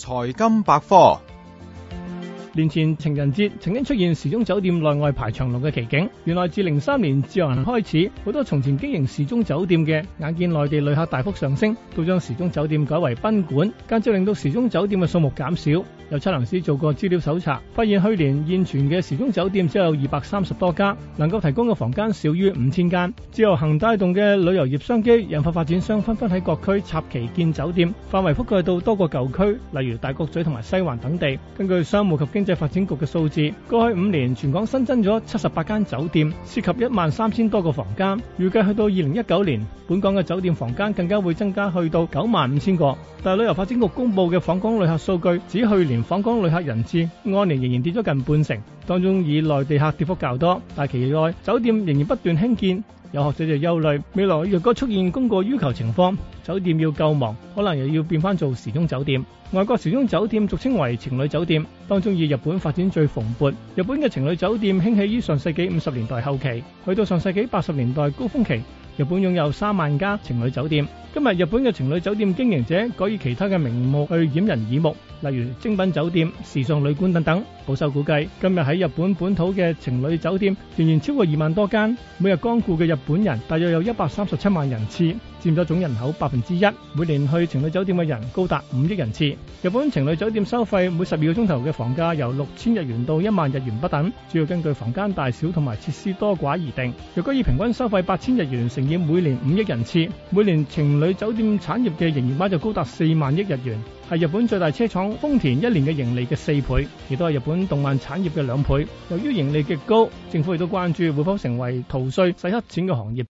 財金百科。 年前情人節曾經出現時鐘酒店內外排長龍嘅奇景。原來自03年自由行開始，好多從前經營時鐘酒店嘅，眼見內地旅客大幅上升，都將時鐘酒店改為賓館，間接令到時鐘酒店嘅數目減少。有測量師做過資料搜查，發現去年現存嘅時鐘酒店只有230多家，能夠提供嘅房間少於5000間。自由行帶動嘅旅遊業商機，引發發展商紛紛喺各區插旗建酒店，範圍覆蓋到多個舊區，例如大角咀同埋西環等地。根據商務及經濟發展局嘅數字，過去5年全港新增咗78間酒店，涉及13000多個房間。預計去到2019年，本港嘅酒店房間更加會增加去到95000個。但係旅遊發展局公佈嘅訪港旅客數據，指去年訪港旅客人次按年仍然跌咗近半成，當中以內地客跌幅較多。但期內酒店仍然不斷興建，有學者就憂慮未來若果出現供過於求情況，酒店要夠忙，可能又要變翻做時鐘酒店。外國時鐘酒店俗稱為情侶酒店，當中以日本發展最蓬勃。日本嘅情侶酒店興起於上世紀50年代後期，去到上世紀80年代高峰期，日本擁有3萬家情侶酒店。今日日本嘅情侶酒店經營者改以其他嘅名目去掩人耳目，例如精品酒店、時尚旅館等等。保守估計，今日喺日本本土嘅情侶酒店仍然超過2萬多間，每日光顧嘅日本人大約有137萬人次，佔咗總人口1%。每年去情侶酒店嘅人高達5億人次。日本情侶酒店收費每12個鐘頭嘅房價由6000日元到1萬日元不等，主要根據房間大小同埋設施多寡而定。若果以平均收費8000日元乘以每年5億人次，每年情侶酒店產業嘅營業額就高達4萬億日元，係日本最大車廠豐田1年嘅盈利嘅4倍，亦都係日本動漫產業嘅2倍。由於盈利極高，政府亦都關注會否成為逃稅洗黑錢嘅行業。